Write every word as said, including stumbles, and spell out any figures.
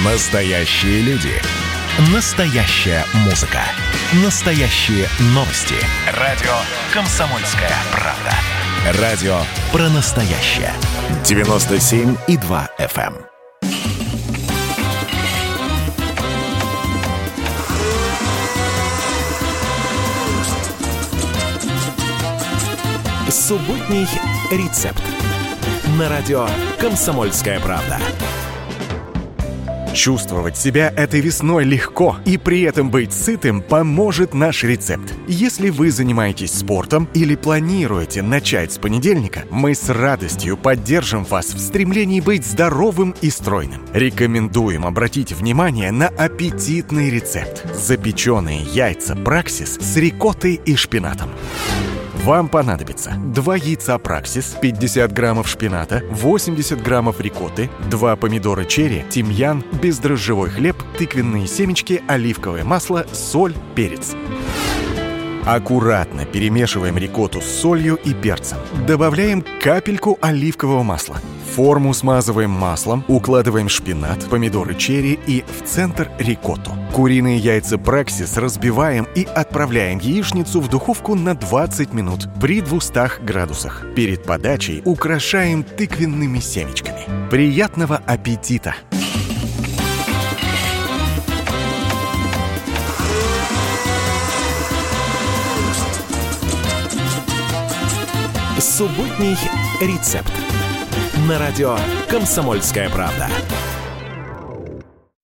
Настоящие люди. Настоящая музыка. Настоящие новости. Радио «Комсомольская правда». Радио про настоящее. девяносто семь и два эф эм. Субботний рецепт. На радио «Комсомольская правда». Чувствовать себя этой весной легко и при этом быть сытым поможет наш рецепт. Если вы занимаетесь спортом или планируете начать с понедельника, мы с радостью поддержим вас в стремлении быть здоровым и стройным. Рекомендуем обратить внимание на аппетитный рецепт. Запеченные яйца Праксис с рикоттой и шпинатом. Вам понадобится два яйца Праксис, пятьдесят граммов шпината, восемьдесят граммов рикотты, два помидора черри, тимьян, бездрожжевой хлеб, тыквенные семечки, оливковое масло, соль, перец. Аккуратно перемешиваем рикотту с солью и перцем. Добавляем капельку оливкового масла. Форму смазываем маслом, укладываем шпинат, помидоры черри и в центр рикотту. Куриные яйца Праксис разбиваем и отправляем в яичницу в духовку на двадцать минут при двухстах градусах. Перед подачей украшаем тыквенными семечками. Приятного аппетита! Субботний рецепт. На радио «Комсомольская правда».